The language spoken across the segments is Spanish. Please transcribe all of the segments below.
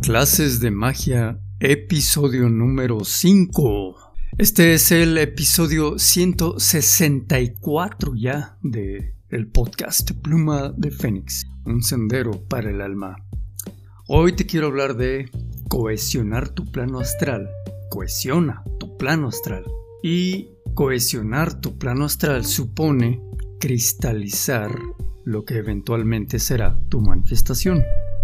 Clases de Magia, episodio número 5. Este es el episodio 164 ya de el podcast Pluma de Fénix, un sendero para el alma. Hoy te quiero hablar de cohesionar tu plano astral. Cohesiona tu plano astral. Y cohesionar tu plano astral supone cristalizar lo que eventualmente será tu manifestación.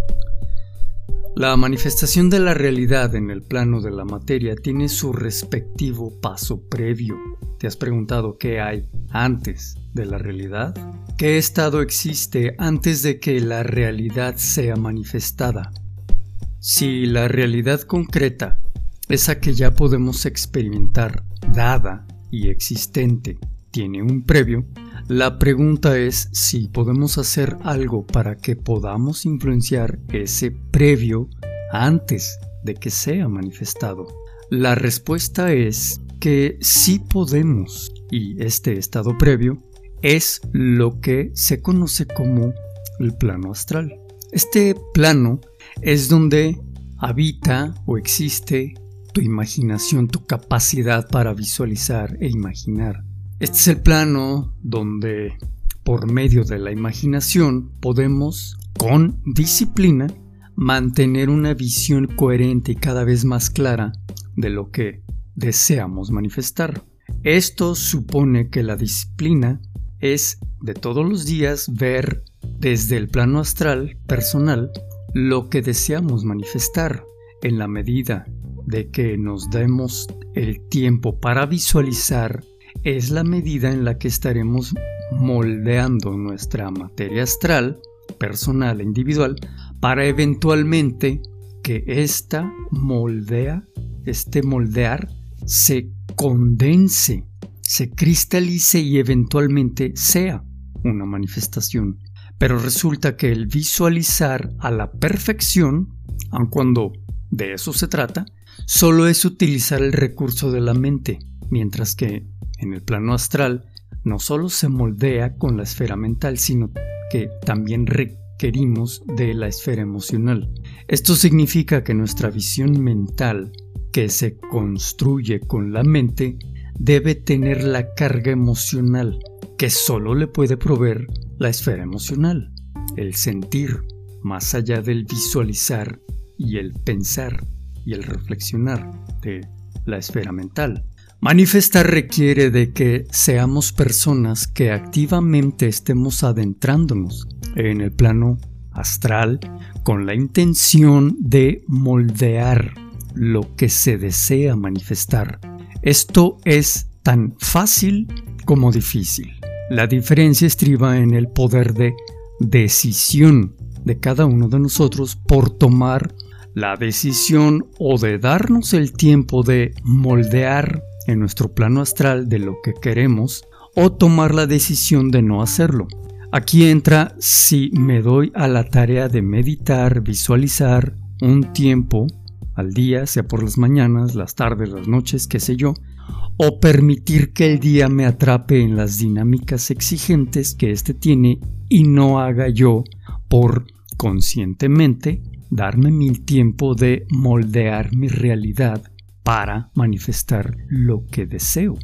La manifestación de la realidad en el plano de la materia tiene su respectivo paso previo. ¿Te has preguntado qué hay antes de la realidad? ¿Qué estado existe antes de que la realidad sea manifestada? Si la realidad concreta, esa que ya podemos experimentar, dada y existente, tiene un previo, la pregunta es si podemos hacer algo para que podamos influenciar ese previo antes de que sea manifestado. La respuesta es que sí podemos, y este estado previo es lo que se conoce como el plano astral. Este plano es donde habita o existe tu imaginación, tu capacidad para visualizar e imaginar. Este es el plano donde, por medio de la imaginación, podemos, con disciplina, mantener una visión coherente y cada vez más clara de lo que deseamos manifestar. Esto supone que la disciplina es de todos los días ver desde el plano astral personal lo que deseamos manifestar, en la medida de que nos demos el tiempo para visualizar. Es la medida en la que estaremos moldeando nuestra materia astral, personal e individual, para eventualmente que este moldear se condense, se cristalice y eventualmente sea una manifestación. Pero resulta que el visualizar a la perfección, aun cuando de eso se trata, solo es utilizar el recurso de la mente, mientras que en el plano astral no solo se moldea con la esfera mental, sino que también requerimos de la esfera emocional. Esto significa que nuestra visión mental, que se construye con la mente, debe tener la carga emocional que solo le puede proveer la esfera emocional, el sentir, más allá del visualizar y el pensar y el reflexionar de la esfera mental. Manifestar requiere de que seamos personas que activamente estemos adentrándonos en el plano astral con la intención de moldear lo que se desea manifestar. Esto es tan fácil como difícil. La diferencia estriba en el poder de decisión de cada uno de nosotros por tomar la decisión o de darnos el tiempo de moldear en nuestro plano astral de lo que queremos o tomar la decisión de no hacerlo. Aquí entra si me doy a la tarea de meditar, visualizar un tiempo al día, sea por las mañanas, las tardes, las noches, qué sé yo, o permitir que el día me atrape en las dinámicas exigentes que éste tiene y no haga yo por conscientemente darme mi tiempo de moldear mi realidad para manifestar lo que deseo.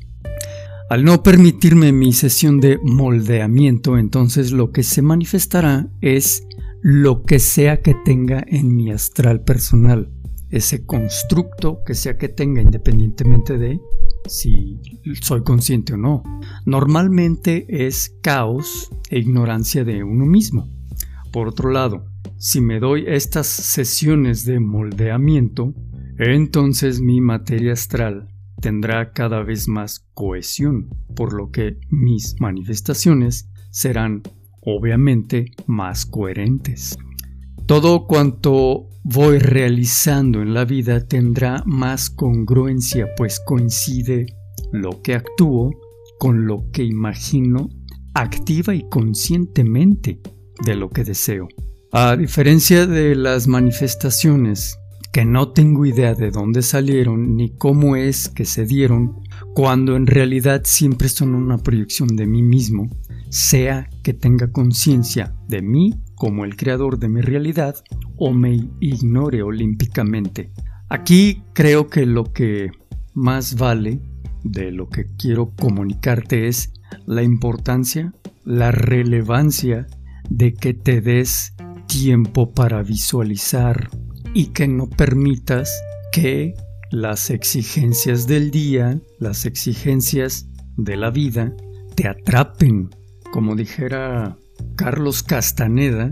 Al no permitirme mi sesión de moldeamiento, entonces lo que se manifestará es lo que sea que tenga en mi astral personal, ese constructo que sea que tenga, independientemente de si soy consciente o no. Normalmente es caos e ignorancia de uno mismo. Por otro lado, si me doy estas sesiones de moldeamiento, entonces mi materia astral tendrá cada vez más cohesión, por lo que mis manifestaciones serán obviamente más coherentes. Todo cuanto voy realizando en la vida tendrá más congruencia, pues coincide lo que actúo con lo que imagino activa y conscientemente de lo que deseo. A diferencia de las manifestaciones que no tengo idea de dónde salieron ni cómo es que se dieron, cuando en realidad siempre son una proyección de mí mismo, sea que tenga conciencia de mí como el creador de mi realidad o me ignore olímpicamente. Aquí creo que lo que más vale de lo que quiero comunicarte es la importancia, la relevancia de que te des tiempo para visualizar y que no permitas que las exigencias del día, las exigencias de la vida te atrapen. Como dijera Carlos Castaneda,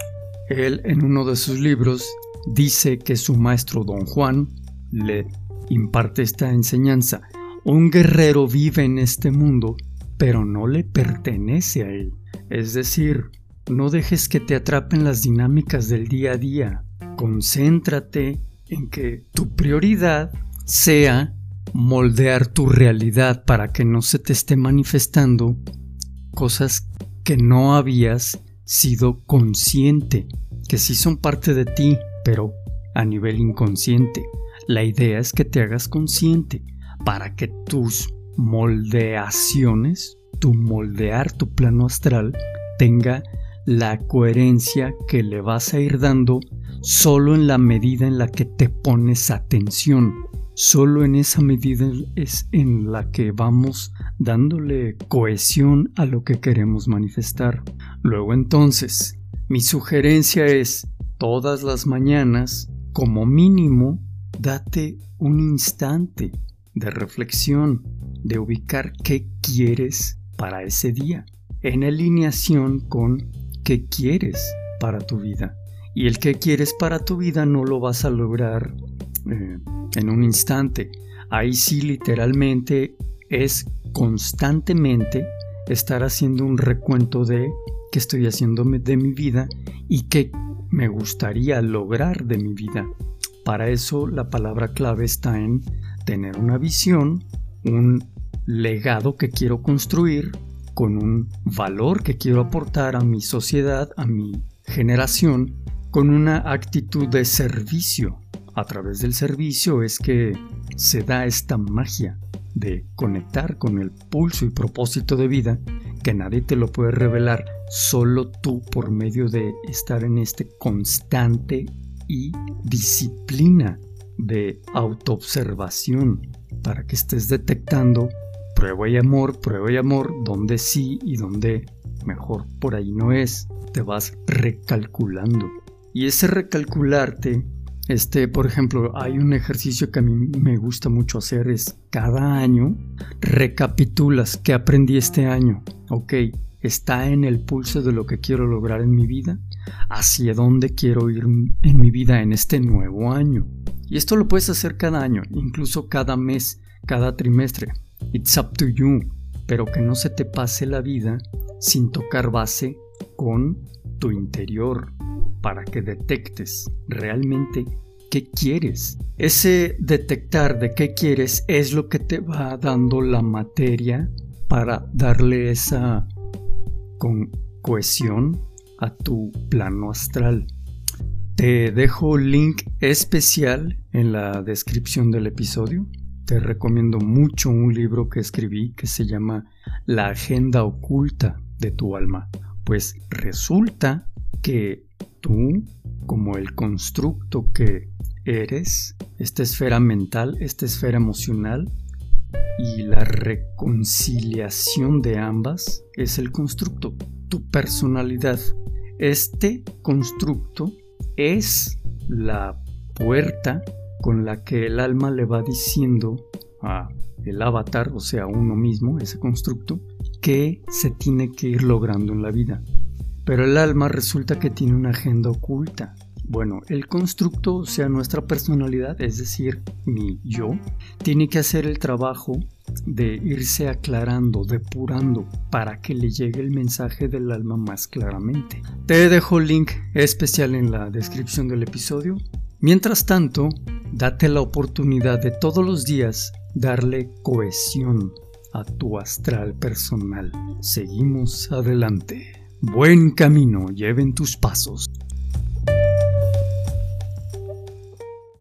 él en uno de sus libros dice que su maestro Don Juan le imparte esta enseñanza: un guerrero vive en este mundo, pero no le pertenece a él. Es decir, no dejes que te atrapen las dinámicas del día a día. Concéntrate en que tu prioridad sea moldear tu realidad para que no se te esté manifestando cosas que no habías sido consciente, que sí son parte de ti, pero a nivel inconsciente. La idea es que te hagas consciente para que tus moldeaciones, tu moldear tu plano astral, tenga la coherencia que le vas a ir dando solo en la medida en la que te pones atención. Solo en esa medida es en la que vamos dándole cohesión a lo que queremos manifestar. Luego entonces, mi sugerencia es, todas las mañanas, como mínimo, date un instante de reflexión, de ubicar qué quieres para ese día, en alineación con qué quieres para tu vida. Y el que quieres para tu vida no lo vas a lograr en un instante. Ahí sí, literalmente es constantemente estar haciendo un recuento de qué estoy haciendo de mi vida y qué me gustaría lograr de mi vida. Para eso la palabra clave está en tener una visión, un legado que quiero construir con un valor que quiero aportar a mi sociedad, a mi generación, con una actitud de servicio. A través del servicio es que se da esta magia de conectar con el pulso y propósito de vida que nadie te lo puede revelar, solo tú, por medio de estar en este constante y disciplina de autoobservación, para que estés detectando prueba y amor, donde sí y donde mejor por ahí no es. Te vas recalculando. Y ese recalcularte, por ejemplo, hay un ejercicio que a mí me gusta mucho hacer, es cada año recapitulas qué aprendí este año. Ok, está en el pulso de lo que quiero lograr en mi vida, hacia dónde quiero ir en mi vida en este nuevo año. Y esto lo puedes hacer cada año, incluso cada mes, cada trimestre. It's up to you, pero que no se te pase la vida sin tocar base con tu interior, para que detectes realmente qué quieres. Ese detectar de qué quieres es lo que te va dando la materia para darle esa cohesión a tu plano astral. Te dejo link especial en la descripción del episodio. Te recomiendo mucho un libro que escribí que se llama La Agenda Oculta de tu Alma. Pues resulta que tú, como el constructo que eres, esta esfera mental, esta esfera emocional y la reconciliación de ambas es el constructo, tu personalidad. Este constructo es la puerta con la que el alma le va diciendo a el avatar, o sea, a uno mismo, ese constructo, que se tiene que ir logrando en la vida. Pero el alma resulta que tiene una agenda oculta. Bueno, el constructo, o sea, nuestra personalidad, es decir, mi yo, tiene que hacer el trabajo de irse aclarando, depurando, para que le llegue el mensaje del alma más claramente. Te dejo link especial en la descripción del episodio. Mientras tanto, date la oportunidad de todos los días darle cohesión a tu astral personal. Seguimos adelante. Buen camino lleven tus pasos.